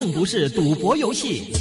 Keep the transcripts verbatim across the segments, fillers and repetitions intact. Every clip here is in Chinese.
不是赌博游戏，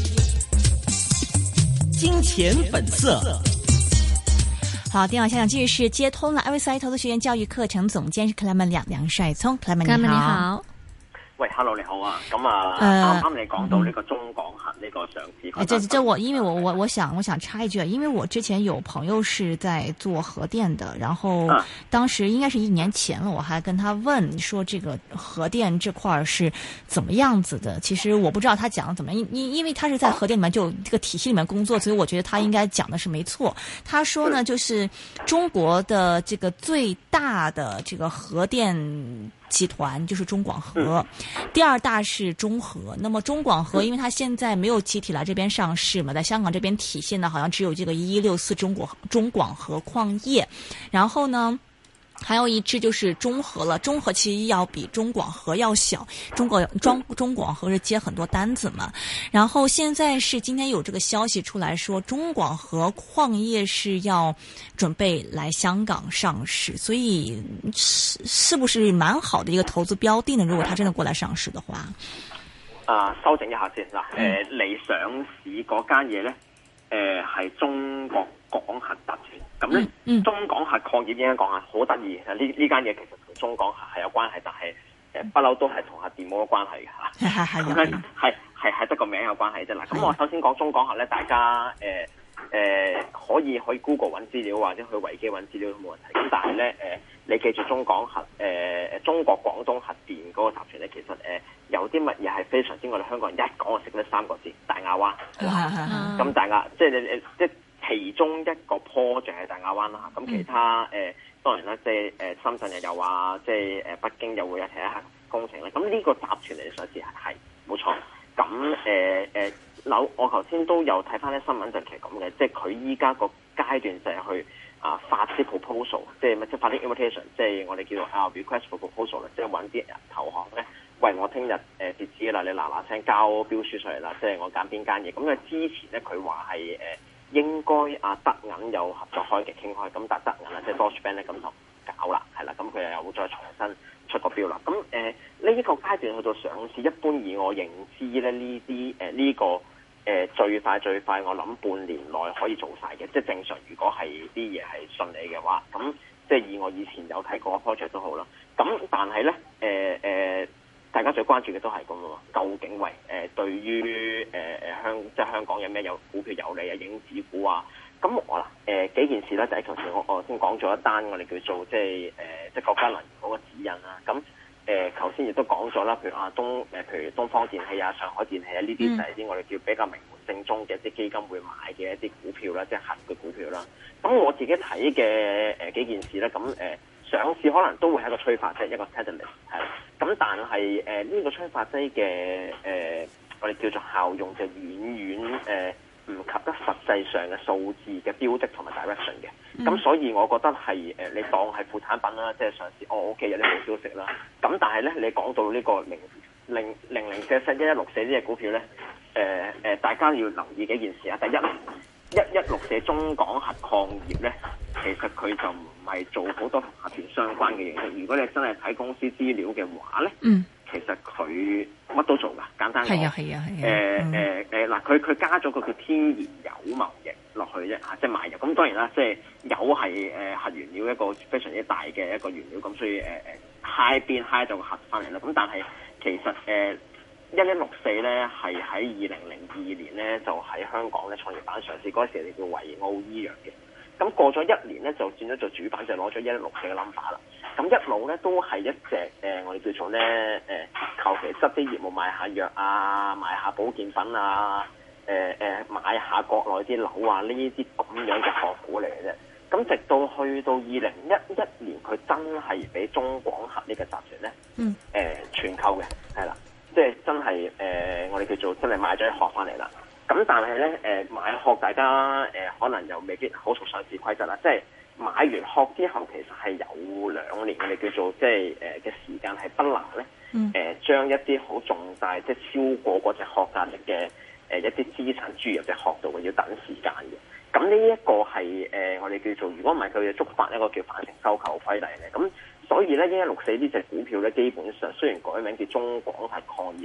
金钱本色。 好，电话现场继续是接通了艾瑞斯投资學院教育課程總監是克萊門梁梁帥聰，克萊門你好。 你好。 喂 ，hello 你好啊，咁啊，啱啱你講到呢個中港核呢個上市， 哎，這這我因為我我我想我想插一句，因為我之前有朋友是在做核電的，然後當時應該是一年前了，我還跟他問說這個核電這塊是怎麼樣子的。其實我不知道他講的怎麼樣，因因為他是在核電裡面就這個體系裡面工作，所以我覺得他應該講的是沒錯。他說呢，就是中國的這個最大的這個核電集團就是中廣核，第二大是中核。那麼中廣核因為它現在沒有集體來這邊上市嘛，在香港這邊體現呢，好像只有這個一一六四中國中廣核礦業，然後呢還有一支就是中核了，中核其實要比中廣核要小，中國中中廣核是接很多單子嘛。然後現在是今天有這個消息出來說，中廣核礦業是要準備來香港上市，所以是是不是蠻好的一個投資標的呢？如果它真的過來上市的話， 啊，修正一下先嗱，誒，你上市嗰間嘢咧，誒係中國港核集團。咁咧、嗯嗯，中港核礦業應該講啊，好得意。呢呢間嘢其實同中港核係有關係，但係誒不嬲都係同核電冇乜關係嘅嚇。係係係係係係得個名有關係啫嗱。咁我首先講中港核咧，大家誒誒、呃呃、可以可以 Google 揾資料或者去維基揾資料都冇問題。咁但係咧誒，你記住中港核誒誒、呃、中國廣東核電嗰個集團咧，其實誒、呃、有啲乜嘢係非常之我哋香港人一講就識得三個字大亞灣。咁、嗯、大亞即係你誒即係。其中一個 project 係大亞灣啦，咁其他誒、呃、當然啦，即係誒深圳又有啊，即係誒北京又會有其他工程咧。咁呢個集團嚟上市係冇錯。咁誒誒樓，我頭先都有睇翻啲新聞就其實咁嘅，即係佢依家個階段就係去啊發啲 proposal， 即係乜即係發啲 invitation， 即係我哋叫做啊 request for proposal 啦，即係揾啲人投行咧，喂我聽日誒截止啦，你嗱嗱聲交標書上嚟啦，即係我揀邊間嘢。咁佢之前咧佢話係誒。應該啊德銀有合作開嘅傾開，咁但係德銀啊即係 Deutsche Bank 咧咁就搞啦，係啦，咁佢又有再重新出個標啦。咁誒呢一個階段去到上市，一般以我認知咧呢啲誒呢個誒、呃、最快最快，我諗半年內可以做晒嘅，即係正常。如果係啲嘢係順利嘅話，咁即係以我以前有睇過 project 都好啦。咁但係咧誒誒，大家最關注嘅都係咁咯，究竟為誒、呃、對於誒誒香即係香港有咩有股票有利啊、影子股啊？咁我啦誒、呃、幾件事咧，就係頭先我我先講咗一單，我哋叫做即係誒即係國家能源嗰個指引啦。咁誒頭先亦都講咗啦，譬如啊東誒譬如東方電氣啊、上海電氣啊呢啲就係啲我哋叫比較名門正宗嘅一啲基金會買嘅一啲股票啦，即係核嘅股票啦。咁我自己睇嘅誒幾件事咧，咁誒。呃上市可能都會係一個催化劑，一個 catalyst 係啦。咁但係誒呢個催化劑嘅誒我哋叫做效用就遠遠誒唔及得實際上嘅數字嘅標的同埋 direction 嘅。咁、嗯、所以我覺得係誒、呃、你當係副產品啦，即係上市哦 OK 有啲好消息啦。咁但係咧你講到呢個零零零零四七一一六四呢隻股票咧，誒、呃、誒、呃、大家要留意幾件事啊。第一，一一六四中港核礦業咧，其實佢就唔係做好多同核電相關嘅嘢。如果你真係睇公司資料嘅話咧，嗯，其實佢乜都做噶。簡單講，係啊係啊係啊。誒誒誒嗱，佢佢、呃、加咗個叫天然油貿易落去啫嚇，即係賣油。咁當然啦，即係油係誒核原料一個非常之大嘅一個原料，咁所以誒誒揩邊揩就核翻嚟啦。咁但係其實誒一一六四咧係喺二零零二年咧就喺香港咧創業板上市，嗰時你叫維奧醫藥嘅。咁過咗一年咧，就轉咗做主板，就攞咗一一六四嘅 number 啦。咁一路咧都係一隻誒、呃，我哋叫做咧誒，求其執啲業務賣下藥啊，賣下保健品啊，誒、呃、誒、呃、買下國內啲樓啊，呢啲咁樣嘅殼股嚟嘅啫。咁直到去到二零一一年，佢真係俾中廣核呢個集團咧，嗯，誒、呃、全購嘅，係啦，即係真係誒、呃，我哋叫做真係買咗一殼翻嚟啦。咁但係咧，誒、呃、買殼大家誒、呃、可能又未必好熟上市規則啦。即係買完殼之後，其實係有兩年嘅，叫做即係誒嘅時間係不能咧，誒、嗯呃、將一啲好重大即係超過嗰隻殼價值嘅誒、呃、一啲資產注入隻殼度嘅，要等時間嘅。咁呢一個係誒、呃、我哋叫做，如果唔係佢嘅觸發一個叫反程收購規例咧，咁所以咧一一六四呢隻股票咧，基本上雖然改名叫中廣核礦業。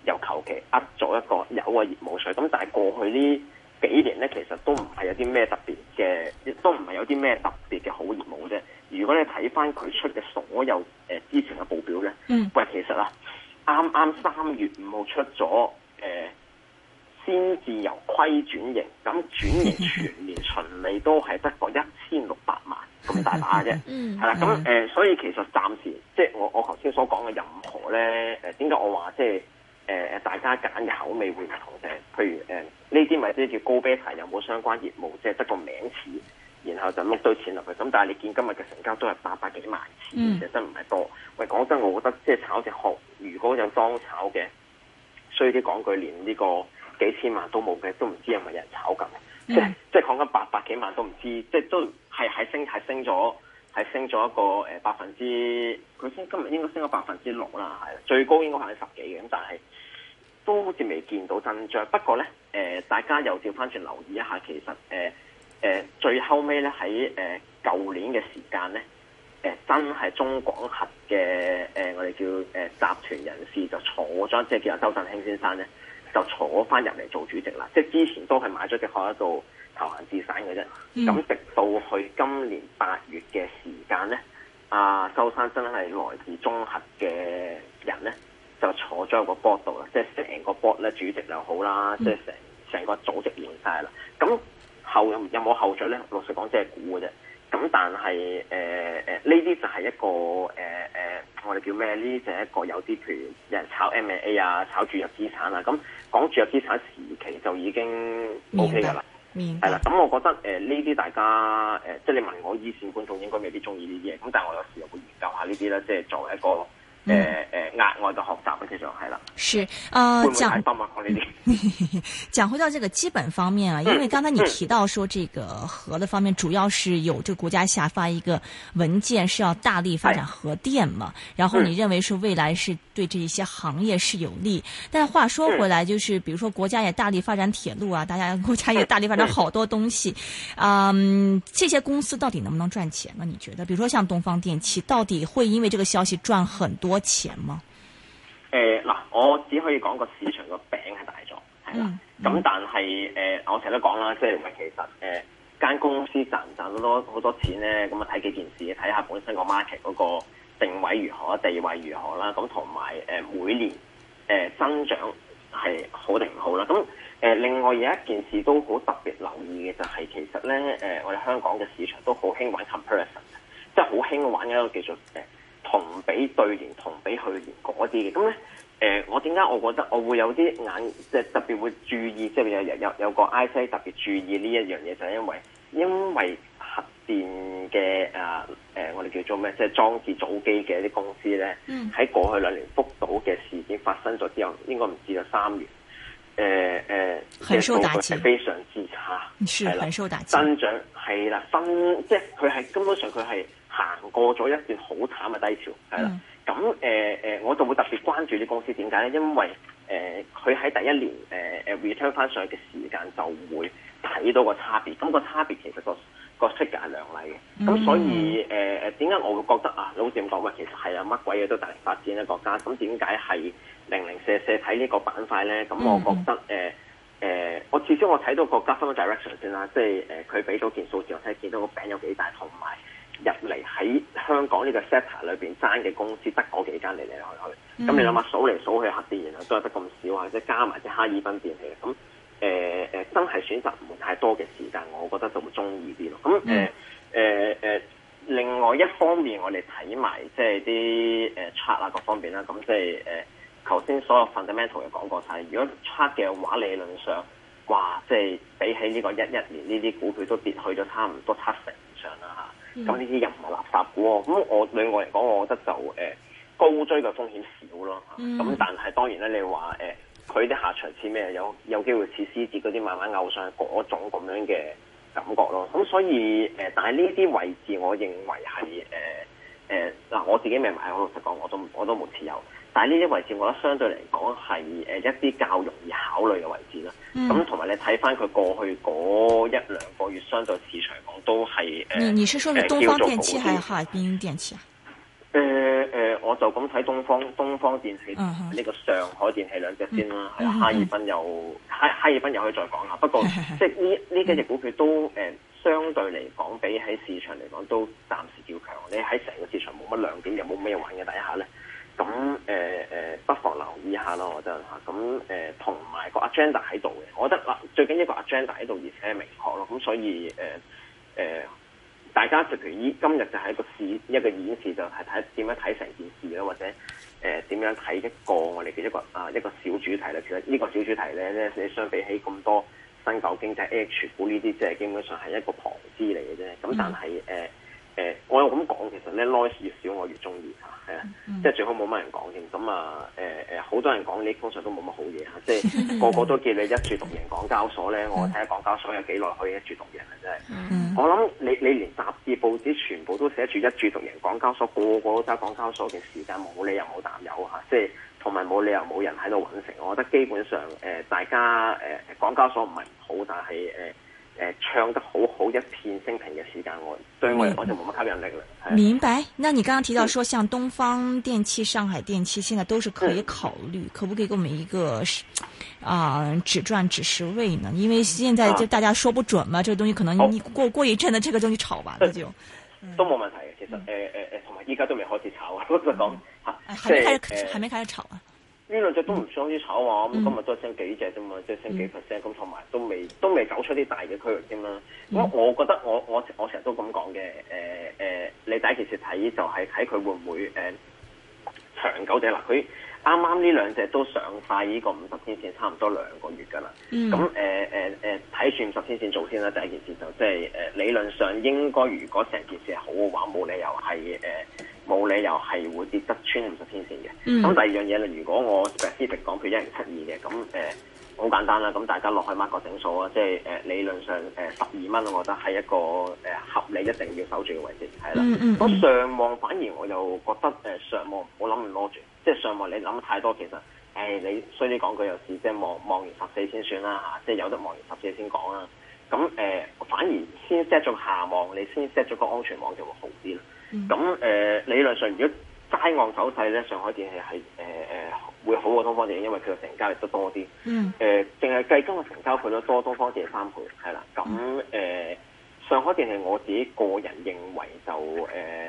又求其呃咗一個有嘅業務稅。咁但係過去呢幾年咧，其實都唔係有啲咩特別嘅，亦都唔係有啲咩特別嘅好業務啫。如果你睇翻佢出嘅所有誒、呃、之前嘅報表咧，嗯，喂，其實啊，啱啱三月五號出咗誒，先至由虧轉盈，咁轉盈全年純利都係得個一千六百萬咁大把啫，嗯，係啦，咁誒、呃，所以其實暫時即係我我頭先所講嘅任何咧，誒點解我話即係誒、呃、大家揀嘅口味會唔同嘅？譬如誒呢啲咪即係叫高 beta，有冇相關業務，即係得個名詞。然後就碌堆錢落去，咁但係你見今日嘅成交都係八百幾萬次，其實真唔係多。喂，講真，我覺得即係炒隻殼，如果有當炒嘅，衰啲講句，連呢個幾千萬都冇嘅，都唔知係咪有人炒緊、嗯。即係即係講緊八百幾萬都唔知，即係都係係升係升咗，係升咗一個誒百分之，佢先今日應該升咗百分之六啦，係最高應該係十幾嘅，咁但係都好似未見到增長。不過咧，誒、呃、大家又調翻轉留意一下，其實誒。呃誒、呃、最後尾咧喺誒舊年嘅時間咧，誒、呃、真係中廣核嘅誒、呃、我哋叫誒、呃、集團人士就坐咗，即係叫阿周振興先生咧，就坐翻入嚟做主席啦。即係之前都係買咗隻殼喺度投閒置散嘅啫。咁、嗯、直到去今年八月嘅時間咧，阿、啊、周生真係來自中核嘅人咧，就坐咗喺個 board 度啦。即係成個 board 咧，主席又好啦，嗯、即係成成個組織完晒啦。咁後有有冇後續咧？老實講，即係估嘅啫。咁但係誒誒，呢、呃、啲就係一個誒誒、呃，我哋叫咩？呢啲就係一個有啲譬如有人炒 M and A 啊，炒注入資產啊。咁講注入資產時期就已經 O K 㗎啦。係啦。咁我覺得誒呢啲大家誒、呃，即係你問我依線觀眾應該未必中意呢啲嘢。咁但係我有時又會研究下呢啲咧，即係作為一個。誒、呃、誒，額外嘅學習其實係啦。是，呃，講講回到這個基本方面啊，因為剛才你提到說，這個核的方面主要是有這個國家下發一個文件，是要大力發展核電嘛。然後你認為說未來是對這一些行業是有利。但話說回來，就是比如說國家也大力發展鐵路啊，大家國家也大力發展好多東西。嗯，這些公司到底能不能賺錢呢？你覺得？比如說像東方電氣，到底會因為這個消息賺很多多錢嗎？ 誒嗱、呃，我只可以講個市場個餅係大咗，係啦。咁、嗯、但係誒、呃，我成日都講啦，即係其實誒間、呃、公司賺唔賺到多好多錢咧？咁啊睇幾件事，睇下本身個 market 嗰個定位如何，地位如何啦。咁同埋誒每年誒、呃、增長係好定唔好啦。咁誒、呃、另外有一件事都好特別留意嘅就係、是、其實咧誒、呃、我哋香港嘅市場都好興玩 comparison， 即係好興玩一個叫做誒。呃同比對年、同比去年嗰啲嘅，咁咧誒，我點解我覺得我會有啲眼即係特別會注意，即係有有有有個 I C 特別注意呢一樣嘢，就係因為因為核電嘅誒誒，我哋叫做咩，即係裝置組機嘅一啲公司咧，喺、嗯、過去兩年福島嘅事件發生咗之後，應該唔止咗三月，誒、呃、誒，嘅數據係非常之差，係啦，增長係啦，分即係佢係根本上佢係。行過咗一段好慘嘅低潮，係啦。咁誒誒，我就會特別關注啲公司點解咧？因為誒佢喺第一年誒誒 return 翻上去嘅時間就會睇到個差別。咁、那個差別其實個個 figure 係亮麗嘅。咁、嗯、所以誒誒點解我會覺得啊？老點講？喂，其實係啊，乜鬼嘢都大力發展嘅國家。咁點解係零零舍舍睇呢個板塊咧？咁我覺得誒誒、嗯呃，我至少我睇到個 government direction 先啦。即係誒，佢俾咗件數字，我睇見到個餅有幾大，同埋。入嚟喺香港呢個 sector 裏邊爭嘅公司得嗰幾間嚟嚟去去，咁、嗯、你諗下數嚟數去核電，然後都係得咁少啊，即係加埋隻哈爾濱電器，咁誒誒真係選擇唔會太多嘅時間，我覺得就會中意啲咯。咁誒誒誒，另外一方面我哋睇埋即係啲誒 chart 啊各方面啦，咁即係誒頭先所有 fundamental 嘅講過晒，如果 chart 嘅話理論上，哇，即係比起呢個一一年呢啲股票都跌去咗差唔多七成以上啦嚇。咁呢啲又唔係垃圾股喎，咁我對我嚟講，我覺得就誒、呃、高追嘅風險少咯。咁、嗯、但係當然咧，你話誒佢啲下場似咩？有有機會似獅子嗰啲慢慢嘔上去嗰種咁樣嘅感覺咯。咁所以誒、呃，但係呢啲位置，我認為係誒誒嗱，我自己未買，我老實講，我都我都冇持有。但係呢啲位置，我覺得相對嚟講係誒一啲較容易考慮嘅位置啦。咁同埋你睇翻佢過去嗰一兩個月，相對市場講都係誒。你你是說是東方電氣還是哈爾濱電氣啊？誒誒、呃呃，我就咁睇東方東方電器呢、uh-huh. 個上海電器兩隻先啦，係、uh-huh. 哈爾濱又哈哈爾濱又可以再講下。不過即係呢呢幾隻股票都誒、呃、相對嚟講，比喺市場嚟講都暫時較強。你喺成個市場冇乜亮點，又冇咩玩嘅底下咧，咁誒誒不妨留意一下咯，我覺得嚇。咁誒同埋個 agenda 喺度嘅，我覺得嗱最緊要個 agenda 喺度，而且係明確咯。咁所以誒誒。呃呃大家譬如依今日就係一個試一個演示，就係睇點樣睇成件事啦，或者誒點、呃、樣睇一個我哋嘅一個啊一個小主題啦。其實呢個小主題咧咧，你相比起咁多新舊經濟 H 股呢啲，即係基本上係一個旁支嚟嘅啫。咁但係誒誒，我又咁講，其實咧 noise 越少我越中意嚇，係啊，即係最好冇乜人講添。咁啊誒誒，好、呃、多人講呢，通常都冇乜好嘢嚇，即係個個都叫你一注獨贏港交所咧。我睇下港交所有幾耐可以一注獨贏啊！真係。嗯我諗你你連雜誌報紙全部都寫住一注獨贏港交所，個個都揸港交所嘅時間，冇理由冇淡友嚇，即係同埋冇理由冇人喺度揾食。我覺得基本上誒、呃、大家誒、呃、港交所唔係唔好，但係誒誒唱得好好一片升平嘅時間，我對我嚟講就冇乜吸引力啦。 明白。那你剛剛提到說，像東方電氣、上海電氣，現在都是可以考慮，嗯、可不可以給我們一個啊、呃、只賺只實位呢？因為現在就大家說不準嘛，啊、這個東西可能你過過一陣的，這個東西炒完了就、嗯、 都冇問題嘅。其實誒誒誒，同埋依家都未開始炒啊，老實講嚇， 還沒開始，還沒開始炒啊。 呢兩隻都唔想啲炒啊，咁、嗯、今日都係升幾隻啫嘛，即係升幾 percent，咁同埋都未都未走出啲大嘅區域添啦。咁、嗯、我覺得我我我成日都咁講嘅，誒、呃、誒、呃，你第一件事睇就係睇佢會唔會誒、呃、長久啲啦。佢啱啱呢兩隻都上晒呢個五十天線，差唔多兩個月㗎啦。咁誒誒誒，睇住五十天線做先啦。第一件事就即係誒理論上應該，如果成件事係好嘅話，冇理由係誒。呃冇理由係會跌得穿五十天線嘅。咁、嗯、第二樣嘢咧，如果我 specific 講佢一零七二嘅，咁誒好簡單啦。咁大家落去 mark 個整數啊，即係誒、呃、理論上誒十二蚊，呃、我覺得係一個誒、呃、合理一定要守住嘅位置，係啦。咁、嗯嗯、上望反而我又覺得誒、呃、上望我諗唔攞住，即係上望你諗得太多，其實誒、呃、你衰啲講句又是，即係望望完十四先算啦嚇，即係有得望完十四先講啦。咁誒、呃、反而先 set 咗下望，你先 set 咗個安全網就會好啲啦。咁、嗯、誒、呃、理論上，如果齋按走勢咧，上海電氣係誒誒會好過東方電氣，因為佢嘅成交亦都多啲。嗯。誒，淨係計今日成交佢都多東方電氣三倍，係啦。咁、嗯、誒、呃，上海電氣我自己個人認為就誒誒誒，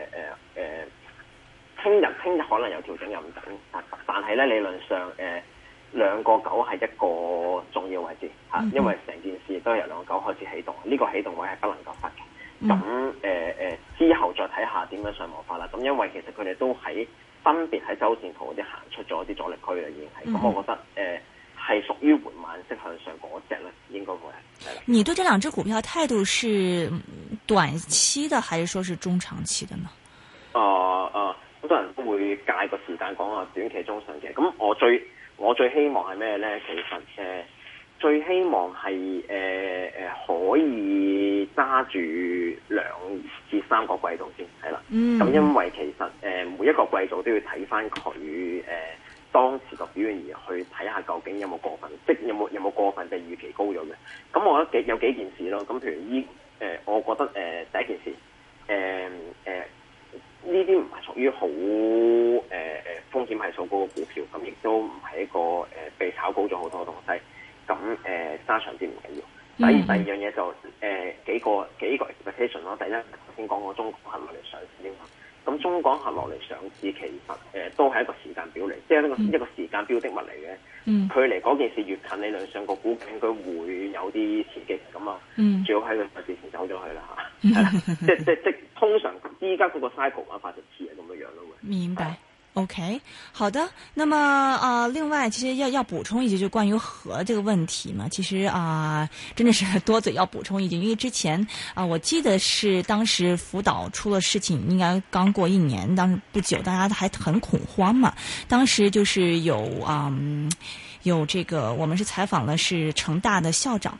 聽日聽日可能有調整又唔等，但但係咧理論上誒兩個九係一個重要位置嚇、嗯，因為成件事都係由兩個九開始起動，呢、這個起動位係不能夠失嘅。咁誒誒之後再睇下點樣上模法啦。咁因為其實佢哋都喺分別喺周線圖嗰啲行出咗啲阻力區啦，已經係。咁、嗯、我覺得誒係屬於緩慢式向上嗰隻咧，應該會係係啦。你對這兩隻股票態度是短期的，還是說是中長期的呢？啊、呃、啊，好、呃、多人都會界個時間講啊，短期、中長期。咁我最我最希望係咩咧？其實誒。呃最希望係誒誒可以揸住兩至三個季度先，係啦。咁、嗯、因為其實誒、呃、每一個季度都要睇翻佢誒當時個表現，而去睇下究竟有冇過分，即有冇有冇過分嘅預期高咗嘅。咁我覺得幾有幾件事咯。咁譬如依誒、呃，我覺得誒、呃、第一件事誒誒呢啲唔係屬於好誒誒風險係數高嘅股票，咁亦都唔係一個誒、呃、被炒高咗好多東西。咁誒揸長啲唔緊要。第二、嗯、第二樣嘢就誒、呃、幾個幾個 expectation 咯。第一頭先講過中港合落嚟上市啊嘛。咁中港合落嚟上市其實誒、呃、都係一個時間表嚟，即係一個、嗯、一個時間標的物嚟嘅。嗯。距離嗰件事越近，理論上個股應該會有啲刺激咁啊。嗯。最好喺佢上市前走咗去啦嚇。係、嗯、啦，即即即通常依家嗰個 cycle 玩法就似係咁樣樣咯。明白。OK， 好的。那麼啊、呃，另外其實要要補充一句，就關於核這個問題嘛，其實啊、呃，真的是多嘴要補充一句，因為之前啊、呃，我記得是當時福島出了事情，應該剛過一年，當時不久，大家還很恐慌嘛。當時就是有啊、呃，有這個，我們是採訪了是成大的校長。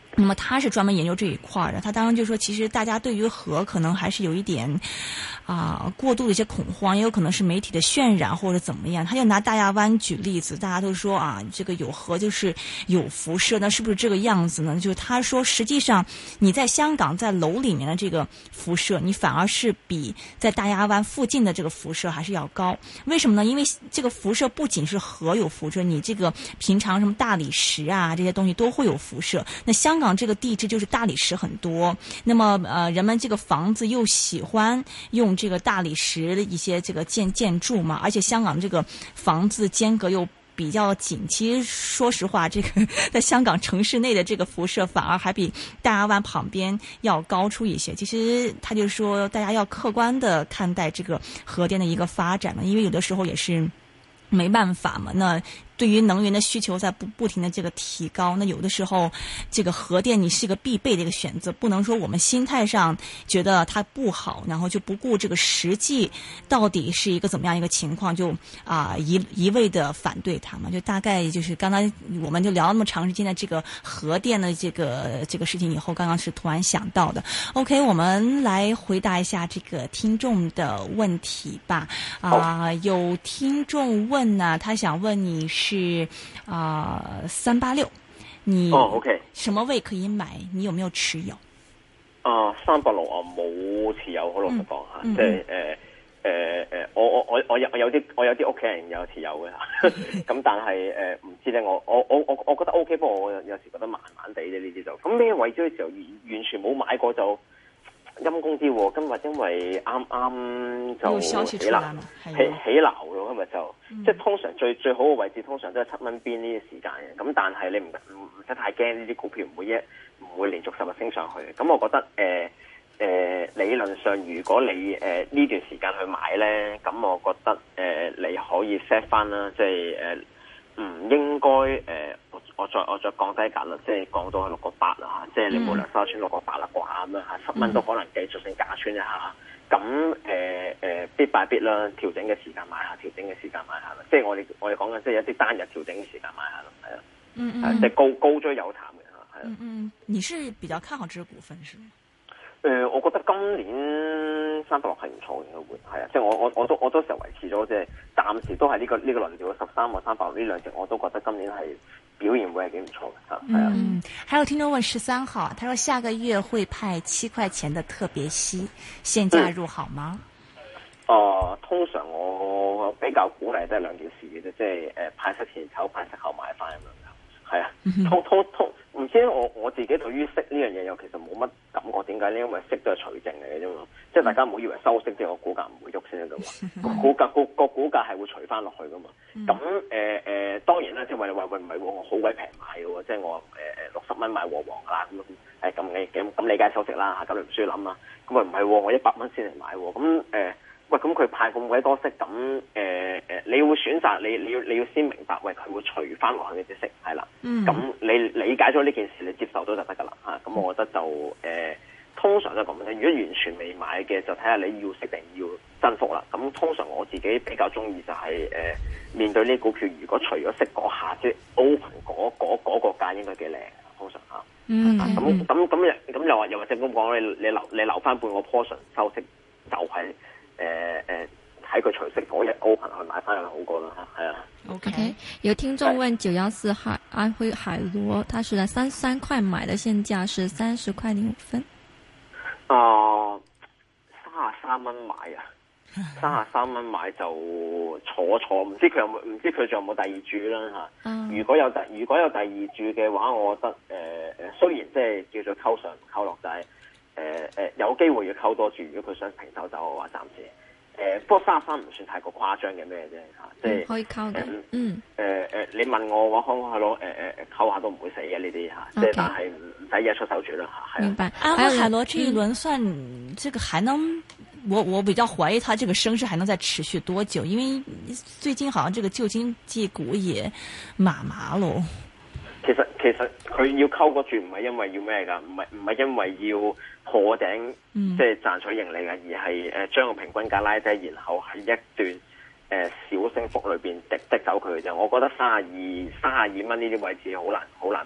那麼他是專門研究這一塊的，他當然就說，其實大家對於核可能還是有一點啊、呃、過度的一些恐慌，也有可能是媒體的渲染或者怎麼樣。他就拿大亞灣舉例子，大家都說啊，這個有核就是有輻射，那是不是這個樣子呢？就是他說，實際上你在香港在樓裡面的這個輻射，你反而是比在大亞灣附近的這個輻射還是要高。為什麼呢？因為這個輻射不僅是核有輻射，你這個平常什麼大理石啊這些東西都會有輻射。那香港這個地質就是大理石很多，那麼呃人們這個房子又喜歡用這個大理石的一些這個建建築嘛，而且香港這個房子間隔又比較緊，其實說實話，這個在香港城市內的這個輻射反而還比大亞灣旁邊要高出一些。其實他就說大家要客觀的看待這個核電的一個發展嘛，因為有的時候也是沒辦法嘛，那對於能源的需求在不不停的這個提高，那有的時候這個核電你是一個必備的一個選擇，不能說我們心態上覺得它不好，然後就不顧這個實際到底是一個怎麼樣一個情況，就啊、呃、一一味的反對它嘛。就大概就是剛才我們就聊那麼長時間的這個核電的這個這個事情以後，剛剛是突然想到的。OK， 我們來回答一下這個聽眾的問題吧。啊、呃，有聽眾問呢，他想問你是。是啊，三八六，你哦，OK， 什麼位可以買？你有沒有持有？ 啊，三八六啊，冇持有，好老實講吓，即係誒誒誒，我我我我有我有啲我有啲屋企人有持有嘅吓，咁但係誒唔知咧，我我我我我覺得 OK，不過我有有時覺得慢慢地咧呢啲就，咁呢位置嘅時候完完全冇買過就。陰公啲喎，今日因為啱啱就起樓，起起樓咯，今日就、嗯、即係通常最最好嘅位置，通常都係七蚊邊呢啲時間嘅。咁但係你唔唔唔使太驚，呢啲股票唔會一唔會連續十日升上去。咁我覺得誒誒、呃呃、理論上，如果你誒呢、呃、段時間去買咧，咁我覺得誒、呃、你可以 set 翻啦，即係誒唔應該誒。呃我再我再降低價啦，即係降到去六個八啦，即係你冇理由收穿六個八啦啩咁樣嚇，十蚊都可能繼續性價穿一下。咁誒誒必敗必啦，調整嘅時間買下，調整嘅時間買下啦。即係我哋我哋講緊即係一啲單日調整嘅時間買下咯，係啊，嗯嗯，即係高高追有談嘅嚇，係啊。嗯嗯， 你是比較看好這個股份是嗎？ 誒、呃，我覺得今年三百六係唔錯嘅，應該會係啊，即係我我我都我都成日維持咗，即係暫時都係呢、這個呢、這個輪調十三或三百六呢兩隻，我都覺得今年係表現會係幾唔錯嘅嚇，係啊。 嗯，還有聽眾問十三號，他說下個月會派七塊錢的特別息，現價入好嗎？ 哦、嗯呃，通常我比較鼓勵都係兩件事嘅啫，即係誒派息前炒，派息後買翻咁樣，係啊，通通通。唔知我我自己對於息呢樣嘢又其實冇乜感覺，點解呢？因為息都係除淨嚟嘅啫嘛，即係大家唔好以為收息之後個股價唔會喐先得噶嘛，個股價個個股價係會除翻落去噶嘛。咁誒誒，當然啦，即係話話喂唔係喎，我好鬼平買嘅喎，即係我誒誒六十蚊買和黃啦咁誒咁你咁咁理解收息啦嚇，咁你唔需要諗啦。咁啊唔係喎，我一百蚊先嚟買喎，咁誒。呃喂，咁佢派咁鬼多息，咁誒誒，你會選擇你你要你要先明白，喂，佢會除翻落去嘅啲息，係啦。咁、嗯、你理解咗呢件事，你接受到就得噶啦嚇。咁、啊、我覺得就誒、呃，通常都係咁嘅。如果完全未買嘅，就睇下你要息定要增幅啦。咁通常我自己比較中意就係、是、誒、呃，面對呢啲股票，如果除咗息嗰下，即係 open 嗰嗰嗰個價應該幾靚，通常嚇。嗯。咁咁咁又咁又話又或者咁講，你你留你留翻半個 portion 收息，就係、是。誒、呃、誒，喺佢除息嗰日 open 去買翻又好過啦吓，係啊。 OK，, okay. 有聽眾問九幺四海安徽海螺，它是在三十三塊買的，現價是三十塊零五分。 啊，三十三蚊買啊，三十三蚊買就坐坐，唔知佢有冇，唔知佢仲有冇第二注啦吓。Uh, 如果有第如果有第二注嘅話，我覺得誒誒、呃，雖然即係叫做溝上溝落，但係。誒、呃、誒、呃，有機會要溝多住，如果佢想平手走嘅話，暫時誒、呃，不過三十三唔算太過誇張嘅咩啫吓，即係、嗯、 可以溝嘅。嗯。誒誒誒，你問我嘅話，可唔可以攞誒誒溝下都唔會死嘅呢啲吓，即係但係唔唔使一出手住啦吓。係啊。 明白。安徽海螺這一輪算，嗯、這個還能，我我比較懷疑它這個升勢還能再持續多久，因為最近好像這個舊經濟股也麻麻咯。 其實其實佢要溝嗰注唔係因為要咩噶，唔係唔係因為要破頂，即係賺取盈利嘅，而係誒將個平均價拉低，然後喺一段誒、呃、小升幅裏邊滴滴走佢嘅啫。我覺得三十二三十二蚊呢啲位置好難好難破。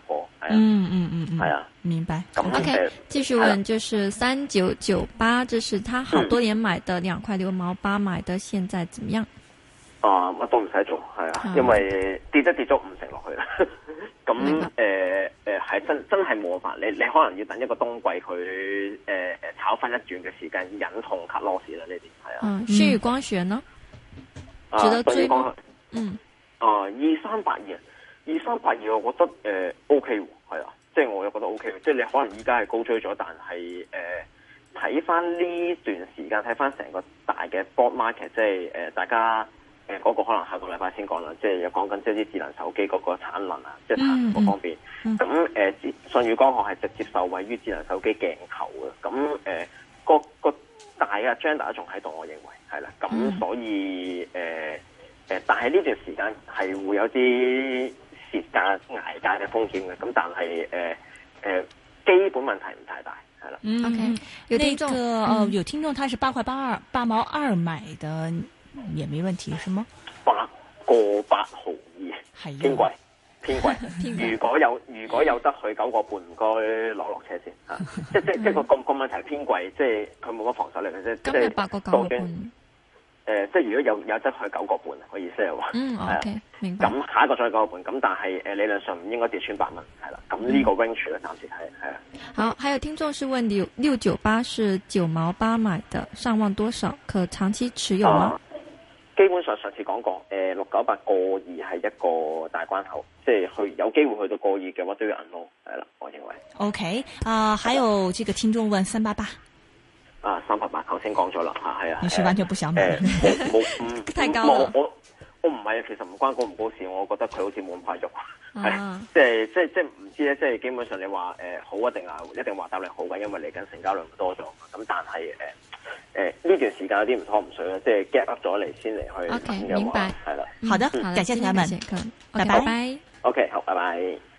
係啊， 嗯嗯嗯嗯， 係啊， 明白。 咁 OK，繼續問，就是三九九八，這是他好多年買的兩塊六毛八買的，現在怎麼樣？ 啊，乜都唔使做，係啊，因為跌都跌咗五成落去啦。咁誒誒係真真係冇法，你你可能要等一個冬季佢誒誒炒翻一轉嘅時間，忍痛 cut loss 啦呢啲係啊。 嗯，舜宇光學呢？值得追嗎？嗯。 啊，二三八二，二三八二，我覺得誒、呃、OK 喎，係啊，即係我又覺得 OK，即係你可能依家係高追咗，但係誒睇翻呢段時間，睇翻成個大嘅 board market，即係誒、呃、大家。誒、呃，嗰、那個可能下個禮拜先講啦，即係又講緊即係啲智能手機嗰個產能啊，即係產能嗰方面。咁誒，舜宇光學係直接受惠於智能手機鏡頭嘅。咁誒、呃，個個大嘅 agenda 仲喺度，我認為係啦。咁所以誒誒、呃，但係呢段時間係會有啲蝕價捱價嘅風險嘅。咁但係誒誒，基本問題唔太大，係啦。 嗯 ，OK。有聽眾， 那個呃，有聽眾他是八塊八二八毛二買的。也沒問題，是嗎？ 八個八毫二，偏貴，偏貴。如果有如果有得去九個半，唔該攞落車先嚇。即即即個個個問題係偏貴，即係佢冇乜防守力嘅啫。 今日八個九個半。 誒，即係如果有有得去九個半，我意思係話。 嗯 ，OK，明白。 咁下一個再九個半，咁但係誒理論上唔應該跌穿八蚊，係啦。咁呢個 range 咧，暫時係係啊。 好，還有聽眾是問六六九八是九毛八買的，上望多少？可長期持有嗎？ 基本上上次講過，誒六九八個二係一個大關口，即係去有機會去到個二嘅話都要銀咯，係啦，我認為。 OK，啊、呃，還有這個聽眾問三八八， 啊三八八頭先講咗啦，嚇係啊。 你是完全不想買？ 冇冇太高了。 我我唔係啊，其實唔關高唔高事，我覺得佢好似冇咁快喐，係、 啊、 即係即係即係唔知咧，即係基本上你話誒、呃、好一定係一定話答你好嘅，因為嚟緊成交量多咗，咁但係誒。呃誒，呢段時間有啲唔拖唔水啦，即係 gap up 咗嚟先嚟去 OK，明白， 係啦。 好的，感謝他們， 拜拜。 OK，好，拜拜。